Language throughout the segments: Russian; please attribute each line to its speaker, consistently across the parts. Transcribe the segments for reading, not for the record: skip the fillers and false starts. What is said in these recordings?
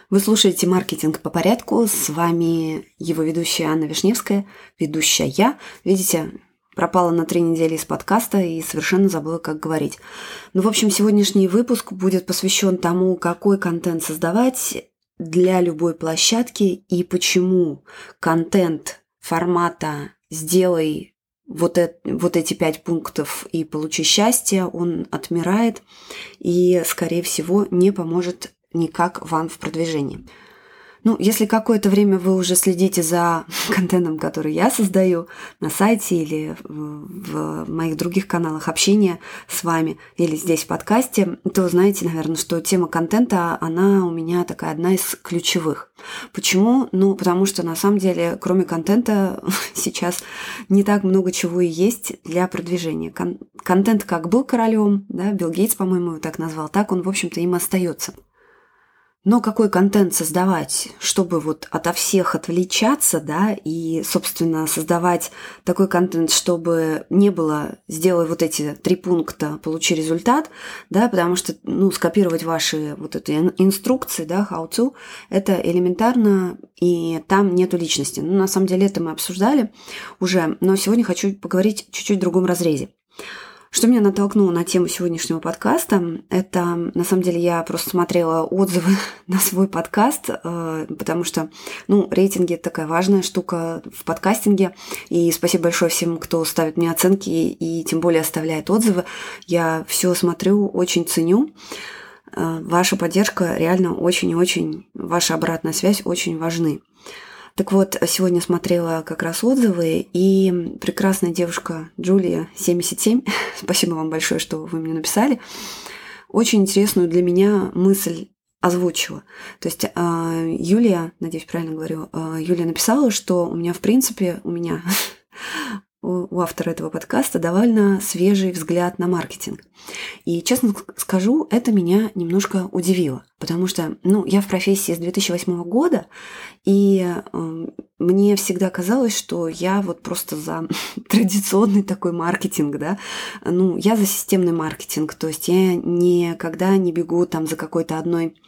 Speaker 1: Вы слушаете «Маркетинг по порядку». С вами его ведущая Анна Вишневская, ведущая я. Видите, пропала на 3 недели из подкаста и совершенно забыла, как говорить. В общем, сегодняшний выпуск будет посвящен тому, какой контент создавать для любой площадки и почему контент формата «сделай вот эти 5 пунктов и получи счастье», он отмирает и, скорее всего, не поможет никак вам в продвижении. Если какое-то время вы уже следите за контентом, который я создаю на сайте или в моих других каналах общения с вами, или здесь в подкасте, то знаете, наверное, что тема контента, она у меня такая одна из ключевых. Почему? Потому что на самом деле, кроме контента, сейчас не так много чего и есть для продвижения. Контент как был королем, да, Билл Гейтс, по-моему, его так назвал, так он, в общем-то, им остается. Но какой контент создавать, чтобы ото всех отвлечаться, да, и, собственно, создавать такой контент, чтобы не было «сделай вот эти 3 пункта, получи результат», да, потому что, скопировать ваши эти инструкции, да, how to, это элементарно, и там нету личности. На самом деле это мы обсуждали уже, но сегодня хочу поговорить чуть-чуть в другом разрезе. Что меня натолкнуло на тему сегодняшнего подкаста, это, на самом деле, я просто смотрела отзывы на свой подкаст, потому что, рейтинги – это такая важная штука в подкастинге, и спасибо большое всем, кто ставит мне оценки и тем более оставляет отзывы. Я все смотрю, очень ценю. Ваша поддержка реально очень и очень, ваша обратная связь очень важны. Так вот, сегодня смотрела как раз отзывы, и прекрасная девушка Джулия 77, спасибо вам большое, что вы мне написали, очень интересную для меня мысль озвучила. То есть Юлия, надеюсь, правильно говорю, Юлия написала, что у меня, у автора этого подкаста довольно свежий взгляд на маркетинг. И, честно скажу, это меня немножко удивило, потому что, я в профессии с 2008 года, и мне всегда казалось, что я просто за традиционный такой маркетинг, да, я за системный маркетинг, то есть я никогда не бегу там за какой-то одной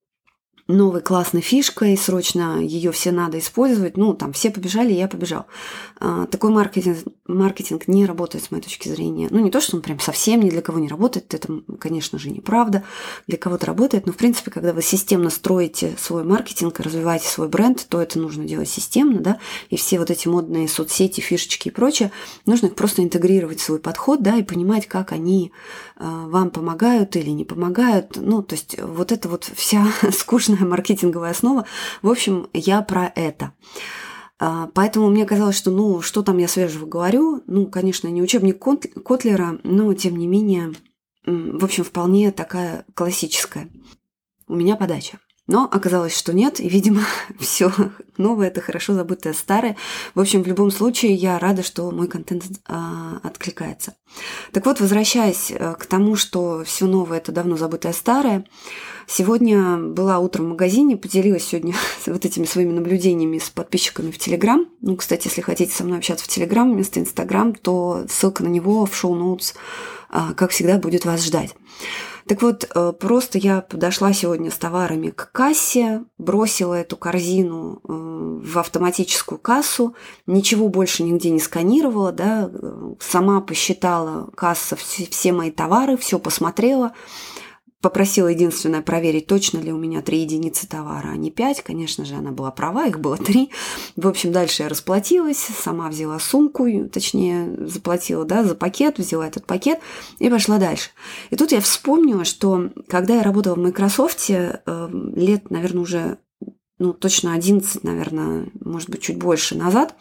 Speaker 1: новой классной фишкой, срочно ее все надо использовать, все побежали, я побежал. Такой маркетинг не работает с моей точки зрения. Не то, что он прям совсем ни для кого не работает, это, конечно же, неправда, для кого-то работает, но, в принципе, когда вы системно строите свой маркетинг, развиваете свой бренд, то это нужно делать системно, да, и все эти модные соцсети, фишечки и прочее, нужно их просто интегрировать в свой подход, да, и понимать, как они вам помогают или не помогают, то есть это вся скучная маркетинговая основа. В общем, я про это. Поэтому мне казалось, что что там я свежего говорю, конечно, не учебник Котлера, но, тем не менее, в общем, вполне такая классическая у меня подача. Но оказалось, что нет, и, видимо, все новое – это хорошо забытое старое. В общем, в любом случае, я рада, что мой контент откликается. Так вот, возвращаясь к тому, что все новое – это давно забытое старое, сегодня была утром в магазине, поделилась сегодня этими своими наблюдениями с подписчиками в Телеграм. Кстати, если хотите со мной общаться в Телеграм вместо Инстаграм, то ссылка на него в шоу-ноутс, как всегда, будет вас ждать. Так вот, просто я подошла сегодня с товарами к кассе, бросила эту корзину в автоматическую кассу, ничего больше нигде не сканировала, да, сама посчитала касса все мои товары, все посмотрела, попросила единственное проверить, точно ли у меня 3 единицы товара, а не 5. Конечно же, она была права, их было 3. В общем, дальше я расплатилась, сама взяла сумку, точнее, заплатила, да, за пакет, взяла этот пакет и пошла дальше. И тут я вспомнила, что когда я работала в Microsoft лет, наверное, уже, точно 11, наверное, может быть, чуть больше назад,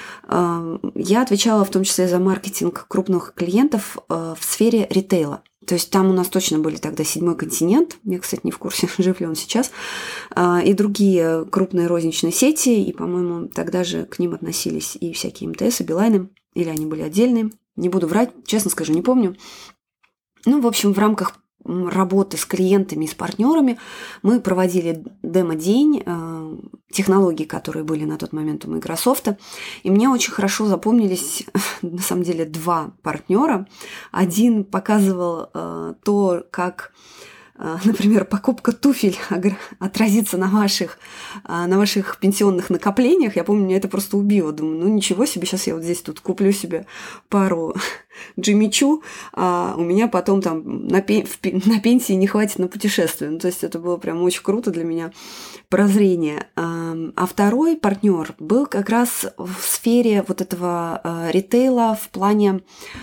Speaker 1: я отвечала в том числе за маркетинг крупных клиентов в сфере ритейла. То есть там у нас точно были тогда 7-й континент, я, кстати, не в курсе, жив ли он сейчас, и другие крупные розничные сети, и, по-моему, тогда же к ним относились и всякие МТС, и Билайны, или они были отдельные, не буду врать, честно скажу, не помню. В общем, в рамках работы с клиентами и с партнерами мы проводили демо-день технологий, которые были на тот момент у Microsoft. И мне очень хорошо запомнились, на самом деле, 2 партнера. Один показывал то, как например, покупка туфель отразится на ваших пенсионных накоплениях. Я помню, меня это просто убило. Думаю, ну ничего себе, сейчас я вот здесь тут куплю себе пару Джимми Чу, а у меня потом там на пенсии не хватит на путешествие. Ну, то есть это было прям очень круто для меня прозрение. А второй партнер был как раз в сфере вот этого ритейла в плане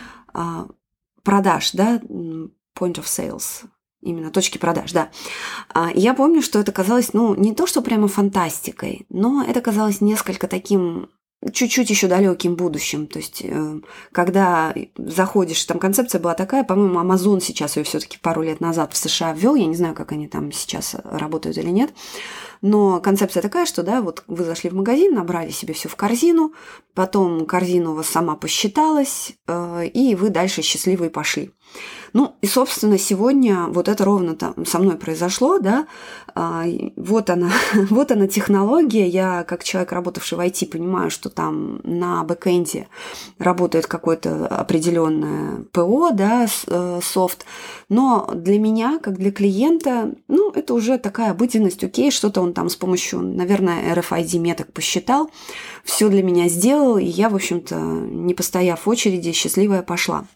Speaker 1: продаж, да, point of sales, именно точки продаж, да. Я помню, что это казалось, ну, не то, что прямо фантастикой, но это казалось несколько таким чуть-чуть еще далеким будущим. То есть, когда заходишь, там концепция была такая, по-моему, Amazon сейчас ее все-таки пару лет назад в США ввел, я не знаю, как они там сейчас работают или нет, но концепция такая, что, да, вот вы зашли в магазин, набрали себе все в корзину, потом корзина у вас сама посчиталась, и вы дальше счастливые пошли. Ну, и, собственно, сегодня вот это ровно там со мной произошло, да, вот она технология, я как человек, работавший в IT, понимаю, что там на бэкэнде работает какое-то определенное ПО, да, софт, но для меня, как для клиента, ну, это уже такая обыденность, окей, что-то он там с помощью, наверное, RFID меток посчитал, все для меня сделал, и я, в общем-то, не постояв в очереди, счастливая пошла.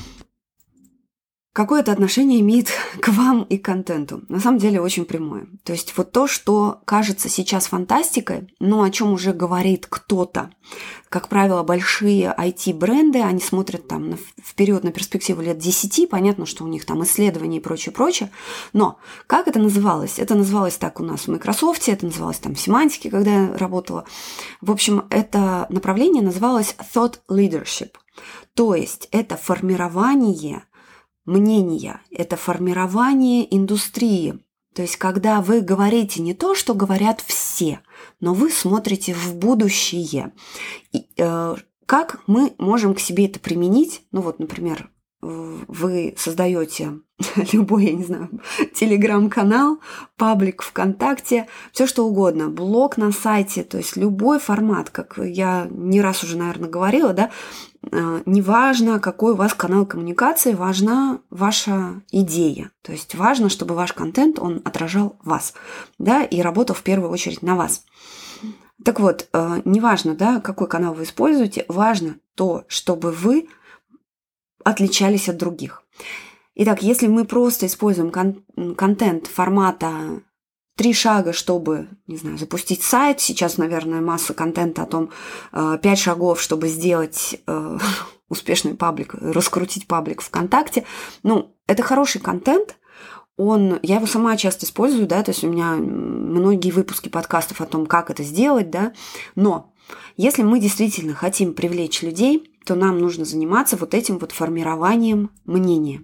Speaker 1: Какое это отношение имеет к вам и к контенту? На самом деле очень прямое. То есть вот то, что кажется сейчас фантастикой, но о чем уже говорит кто-то. Как правило, большие IT-бренды, они смотрят там вперед на перспективу лет 10, понятно, что у них там исследования и прочее. Но как это называлось? Это называлось так у нас в Microsoft, это называлось там в Семантике, когда я работала. В общем, это направление называлось Thought Leadership. То есть это формирование мнения, это формирование индустрии. То есть, когда вы говорите не то, что говорят все, но вы смотрите в будущее. И, как мы можем к себе это применить? Ну вот, например, вы создаете любой, я не знаю, телеграм-канал, паблик ВКонтакте, все что угодно, блог на сайте, то есть любой формат, как я не раз уже, наверное, говорила, да, неважно, какой у вас канал коммуникации, важна ваша идея. То есть важно, чтобы ваш контент, он отражал вас, да, и работал в первую очередь на вас. Так вот, неважно, да, какой канал вы используете, важно то, чтобы вы отличались от других. Итак, если мы просто используем контент формата 3 шага, чтобы, не знаю, запустить сайт. Сейчас, наверное, масса контента о том, 5 шагов, чтобы сделать успешный паблик, раскрутить паблик ВКонтакте. Ну, это хороший контент. Я его сама часто использую, да, то есть у меня многие выпуски подкастов о том, как это сделать, да. Но если мы действительно хотим привлечь людей, то нам нужно заниматься вот этим вот формированием мнения.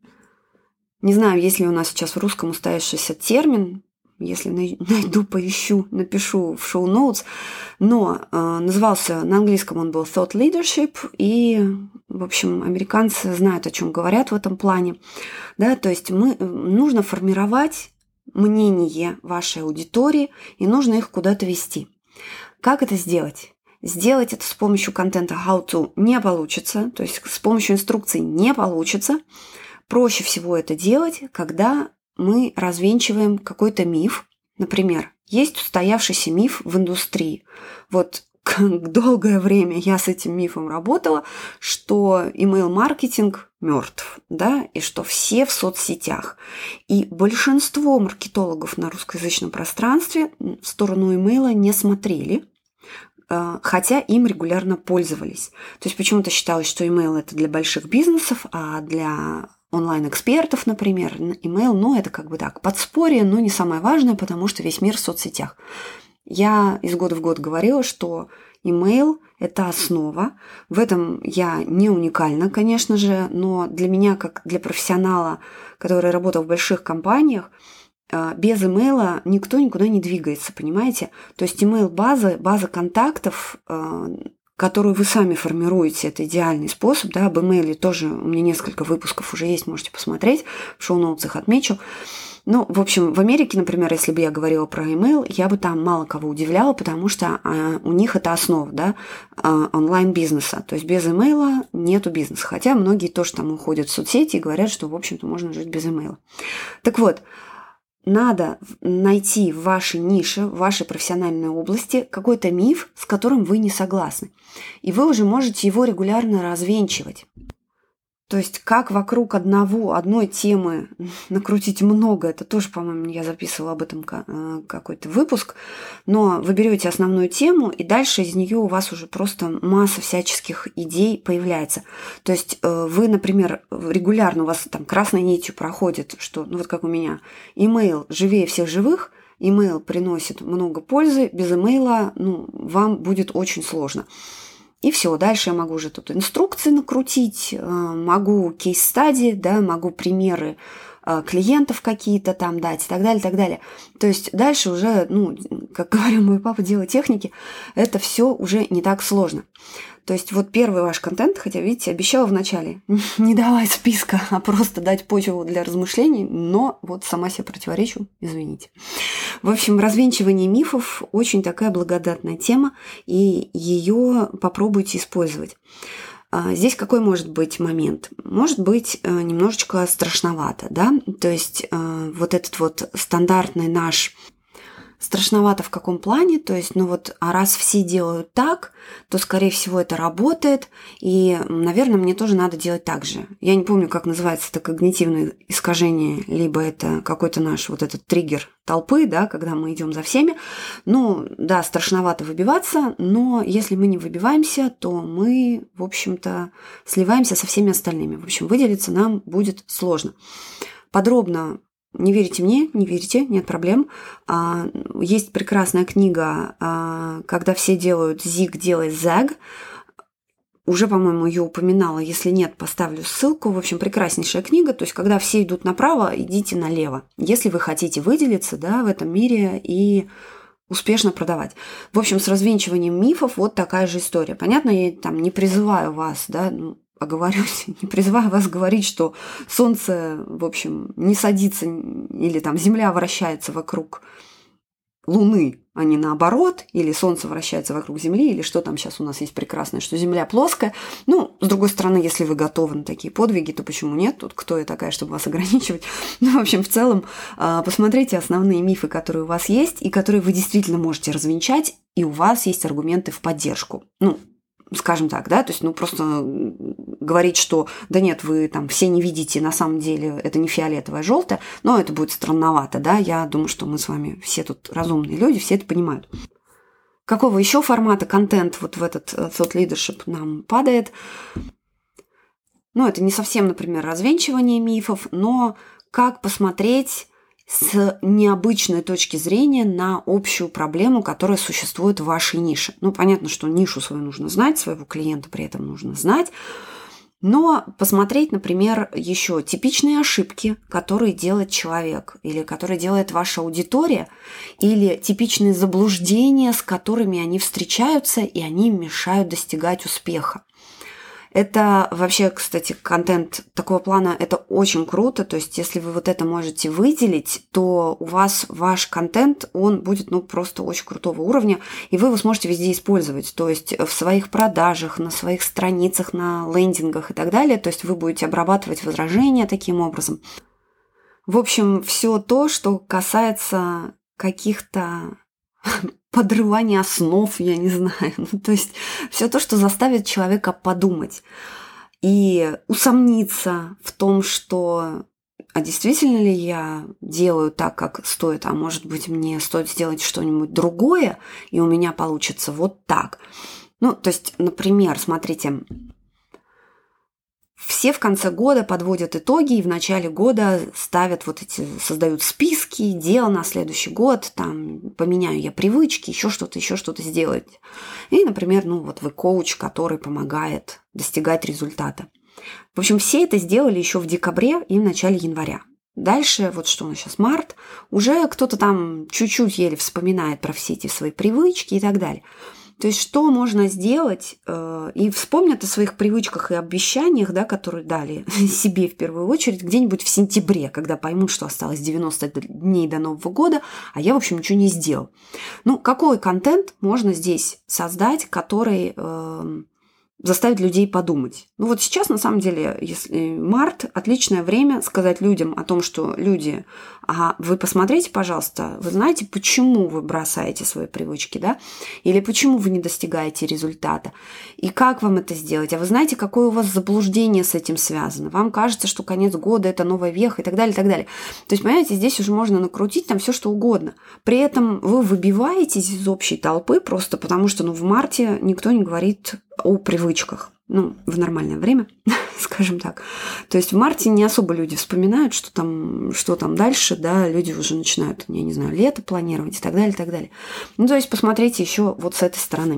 Speaker 1: Не знаю, есть ли у нас сейчас в русском устоявшийся термин, если найду, поищу, напишу в шоу-ноутс, но назывался, на английском он был Thought Leadership, и, в общем, американцы знают, о чем говорят в этом плане, да, то есть нужно формировать мнение вашей аудитории, и нужно их куда-то вести. Как это сделать? Сделать это с помощью контента how to не получится, то есть с помощью инструкций не получится. Проще всего это делать, когда мы развенчиваем какой-то миф. Например, есть устоявшийся миф в индустрии. Вот долгое время я с этим мифом работала, что email-маркетинг мертв, да, и что все в соцсетях. И большинство маркетологов на русскоязычном пространстве в сторону имейла не смотрели, хотя им регулярно пользовались. То есть почему-то считалось, что email – это для больших бизнесов, а для онлайн-экспертов, например, email, ну, это как бы так, подспорье, но не самое важное, потому что весь мир в соцсетях. Я из года в год говорила, что email – это основа. В этом я не уникальна, конечно же, но для меня, как для профессионала, который работал в больших компаниях, без имейла никто никуда не двигается, понимаете? То есть email-база, база контактов, которую вы сами формируете. Это идеальный способ. Да? Об имейле тоже у меня несколько выпусков уже есть, можете посмотреть. В шоу-ноутсах отмечу. Ну, в общем, в Америке, например, если бы я говорила про email, я бы там мало кого удивляла, потому что у них это основа, да, онлайн-бизнеса. То есть без имейла нету бизнеса. Хотя многие тоже там уходят в соцсети и говорят, что, в общем-то, можно жить без имейла. Так вот, надо найти в вашей нише, в вашей профессиональной области какой-то миф, с которым вы не согласны. И вы уже можете его регулярно развенчивать. То есть как вокруг одной темы накрутить много, это тоже, по-моему, я записывала об этом какой-то выпуск, но вы берете основную тему, и дальше из нее у вас уже просто масса всяческих идей появляется. То есть вы, например, регулярно у вас там красной нитью проходит, что, ну вот как у меня, имейл живее всех живых, имейл приносит много пользы, без имейла вам будет очень сложно. И все, дальше я могу уже тут инструкции накрутить, могу кейс-стади, да, могу примеры клиентов какие-то там дать и так далее, и так далее. То есть дальше уже, как говорил мой папа, дело техники, это все уже не так сложно. То есть вот первый ваш контент, хотя, видите, обещала вначале не давать списка, а просто дать почву для размышлений, но вот сама себе противоречу, извините. В общем, развенчивание мифов очень такая благодатная тема, и ее попробуйте использовать. Здесь какой может быть момент? Может быть немножечко страшновато, да? То есть вот этот вот стандартный наш... Страшновато в каком плане? То есть, а раз все делают так, то, скорее всего, это работает, и, наверное, мне тоже надо делать так же. Я не помню, как называется это когнитивное искажение, либо это какой-то наш вот этот триггер толпы, да, когда мы идем за всеми. Да, страшновато выбиваться, но если мы не выбиваемся, то мы, в общем-то, сливаемся со всеми остальными. В общем, выделиться нам будет сложно. Подробно не верите мне, не верите, нет проблем. Есть прекрасная книга «Когда все делают зиг, делай заг». Уже, по-моему, ее упоминала. Если нет, поставлю ссылку. В общем, прекраснейшая книга. То есть, когда все идут направо, идите налево. Если вы хотите выделиться, да, в этом мире и успешно продавать. В общем, с развенчиванием мифов вот такая же история. Понятно, я там не призываю вас, да, оговорюсь, не призываю вас говорить, что Солнце, в общем, не садится, или там Земля вращается вокруг Луны, а не наоборот, или Солнце вращается вокруг Земли, или что там сейчас у нас есть прекрасное, что Земля плоская. С другой стороны, если вы готовы на такие подвиги, то почему нет? Тут кто я такая, чтобы вас ограничивать? В общем, в целом, посмотрите основные мифы, которые у вас есть, и которые вы действительно можете развенчать, и у вас есть аргументы в поддержку. Скажем так, да, то есть, просто говорить, что да нет, вы там все не видите, на самом деле это не фиолетовое, а желтое, но это будет странновато, да, я думаю, что мы с вами все тут разумные люди, все это понимают. Какого еще формата контент вот в этот thought leadership нам падает? Это не совсем, например, развенчивание мифов, но как посмотреть с необычной точки зрения на общую проблему, которая существует в вашей нише. Понятно, что нишу свою нужно знать, своего клиента при этом нужно знать, но посмотреть, например, еще типичные ошибки, которые делает человек, или которые делает ваша аудитория, или типичные заблуждения, с которыми они встречаются, и они мешают достигать успеха. Это вообще, кстати, контент такого плана, это очень круто. То есть, если вы вот это можете выделить, то у вас ваш контент, он будет, просто очень крутого уровня, и вы его сможете везде использовать. То есть, в своих продажах, на своих страницах, на лендингах и так далее. То есть, вы будете обрабатывать возражения таким образом. В общем, все то, что касается каких-то подрывание основ, я не знаю. То есть все то, что заставит человека подумать и усомниться в том, что а действительно ли я делаю так, как стоит, а может быть, мне стоит сделать что-нибудь другое, и у меня получится вот так. То есть, например, смотрите, все в конце года подводят итоги и в начале года создают списки дел на следующий год, там, поменяю я привычки, еще что-то сделать. И, например, вы коуч, который помогает достигать результата. В общем, все это сделали еще в декабре и в начале января. Дальше, что у нас сейчас, март, уже кто-то там чуть-чуть еле вспоминает про все эти свои привычки и так далее. То есть что можно сделать, и вспомнят о своих привычках и обещаниях, да, которые дали себе в первую очередь где-нибудь в сентябре, когда поймут, что осталось 90 дней до Нового года, а я, в общем, ничего не сделал. Ну, какой контент можно здесь создать, который заставить людей подумать. Ну вот сейчас, на самом деле, если март, отличное время сказать людям о том, что люди, вы посмотрите, пожалуйста, вы знаете, почему вы бросаете свои привычки, да? Или почему вы не достигаете результата? И как вам это сделать? А вы знаете, какое у вас заблуждение с этим связано? Вам кажется, что конец года – это новая веха и так далее, и так далее. То есть, понимаете, здесь уже можно накрутить там все что угодно. При этом вы выбиваетесь из общей толпы просто потому, что в марте никто не говорит о привычках. В нормальное время, скажем так. То есть в марте не особо люди вспоминают, что там дальше, да, люди уже начинают, я не знаю, лето планировать и так далее, и так далее. То есть посмотрите еще вот с этой стороны.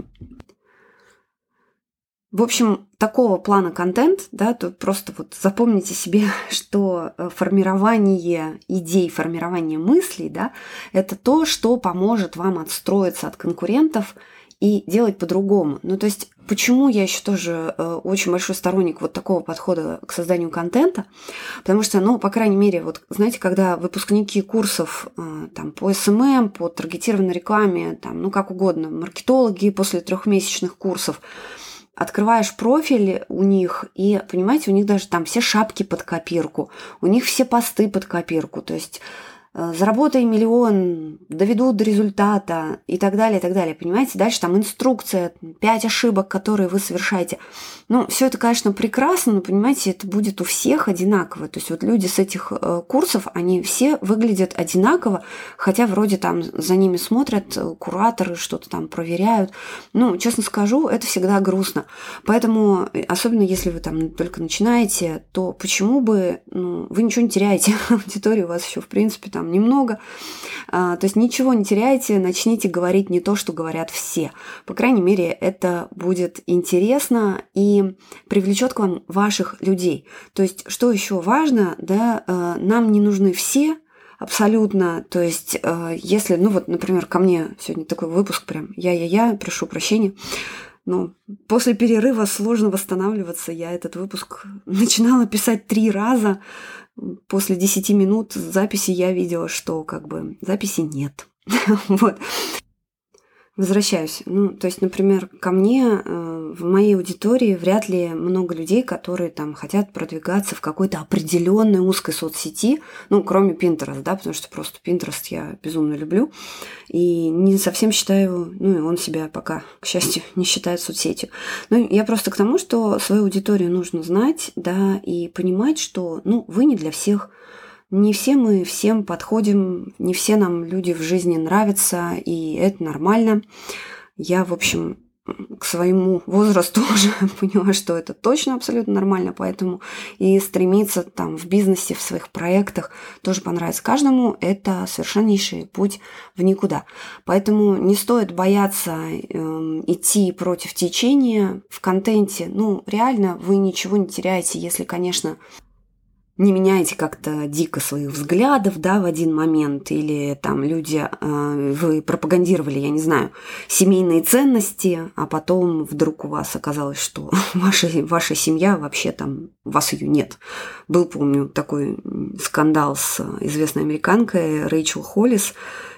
Speaker 1: В общем, такого плана контент, да, то просто вот запомните себе, что формирование идей, формирование мыслей, да, это то, что поможет вам отстроиться от конкурентов и делать по-другому. То есть, почему я еще тоже очень большой сторонник вот такого подхода к созданию контента? Потому что, по крайней мере, вот, знаете, когда выпускники курсов там, по СММ, по таргетированной рекламе, там, как угодно, маркетологи после 3-месячных курсов, открываешь профиль у них, и, понимаете, у них даже там все шапки под копирку, у них все посты под копирку, то есть заработай миллион, доведу до результата и так далее, и так далее. Понимаете, дальше там инструкция, 5 ошибок, которые вы совершаете. Все это, конечно, прекрасно, но, понимаете, это будет у всех одинаково. То есть вот люди с этих курсов, они все выглядят одинаково, хотя вроде там за ними смотрят кураторы, что-то там проверяют. Честно скажу, это всегда грустно. Поэтому, особенно если вы там только начинаете, то почему бы, вы ничего не теряете. Аудитория у вас еще, в принципе, там немного. То есть ничего не теряйте, начните говорить не то, что говорят все. По крайней мере, это будет интересно и привлечет к вам ваших людей. То есть, что еще важно, да, нам не нужны все абсолютно. То есть, если, например, ко мне сегодня такой выпуск прям я прошу прощения, но после перерыва сложно восстанавливаться. Я этот выпуск начинала писать 3 раза. После 10 минут записи я видела, что записи нет. Вот. Возвращаюсь. То есть, например, ко мне в моей аудитории вряд ли много людей, которые там хотят продвигаться в какой-то определенной узкой соцсети, кроме Pinterest, да, потому что просто Pinterest я безумно люблю и не совсем считаю, и он себя пока, к счастью, не считает соцсетью. Я просто к тому, что свою аудиторию нужно знать, да, и понимать, что, вы не для всех. Не все мы всем подходим, не все нам люди в жизни нравятся, и это нормально. Я, в общем, к своему возрасту уже поняла, что это точно абсолютно нормально, поэтому и стремиться там в бизнесе, в своих проектах тоже понравится каждому, это совершеннейший путь в никуда. Поэтому не стоит бояться идти против течения в контенте. Реально вы ничего не теряете, если, конечно, не меняете как-то дико своих взглядов, да, в один момент, или там люди, вы пропагандировали, я не знаю, семейные ценности, а потом вдруг у вас оказалось, что ваша семья вообще там, у вас ее нет. Был, помню, такой скандал с известной американкой Рэйчел Холлис,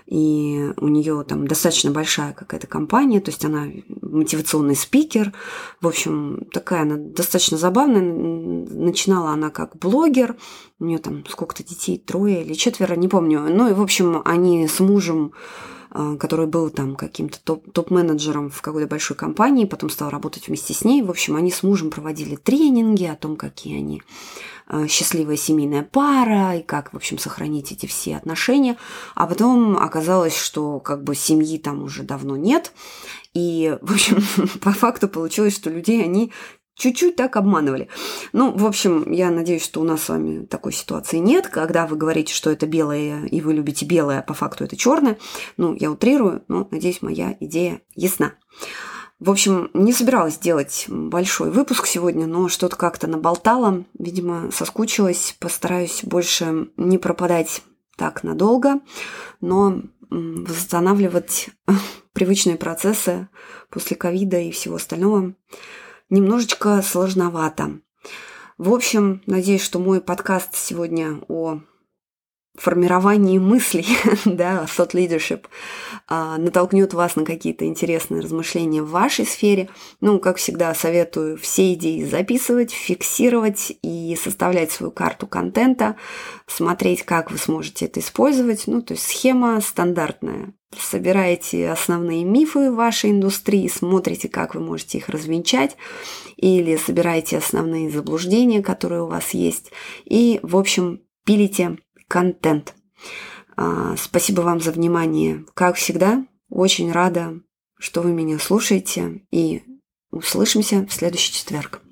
Speaker 1: и у нее там достаточно большая какая-то компания, то есть она мотивационный спикер, в общем, такая она достаточно забавная, начинала она как блогер, у нее там сколько-то детей, 3 или 4, не помню, и, в общем, они с мужем, который был там каким-то топ-менеджером в какой-то большой компании, потом стал работать вместе с ней, в общем, они с мужем проводили тренинги о том, какие они счастливая семейная пара и как, в общем, сохранить эти все отношения. А потом оказалось, что семьи там уже давно нет. И, в общем, по факту получилось, что людей они чуть-чуть так обманывали. В общем, я надеюсь, что у нас с вами такой ситуации нет, когда вы говорите, что это белое, и вы любите белое, а по факту это черное. Я утрирую, но, надеюсь, моя идея ясна. В общем, не собиралась делать большой выпуск сегодня, но что-то как-то наболтала. Видимо, соскучилась. Постараюсь больше не пропадать так надолго, но восстанавливать привычные процессы после ковида и всего остального немножечко сложновато. В общем, надеюсь, что мой подкаст сегодня о формировании мыслей, да, thought leadership, натолкнет вас на какие-то интересные размышления в вашей сфере. Ну, как всегда, советую все идеи записывать, фиксировать и составлять свою карту контента, смотреть, как вы сможете это использовать. Ну, то есть схема стандартная. Собираете основные мифы вашей индустрии, смотрите, как вы можете их развенчать, или собираете основные заблуждения, которые у вас есть, и, в общем, пилите контент. Спасибо вам за внимание. Как всегда, очень рада, что вы меня слушаете, и услышимся в следующий четверг.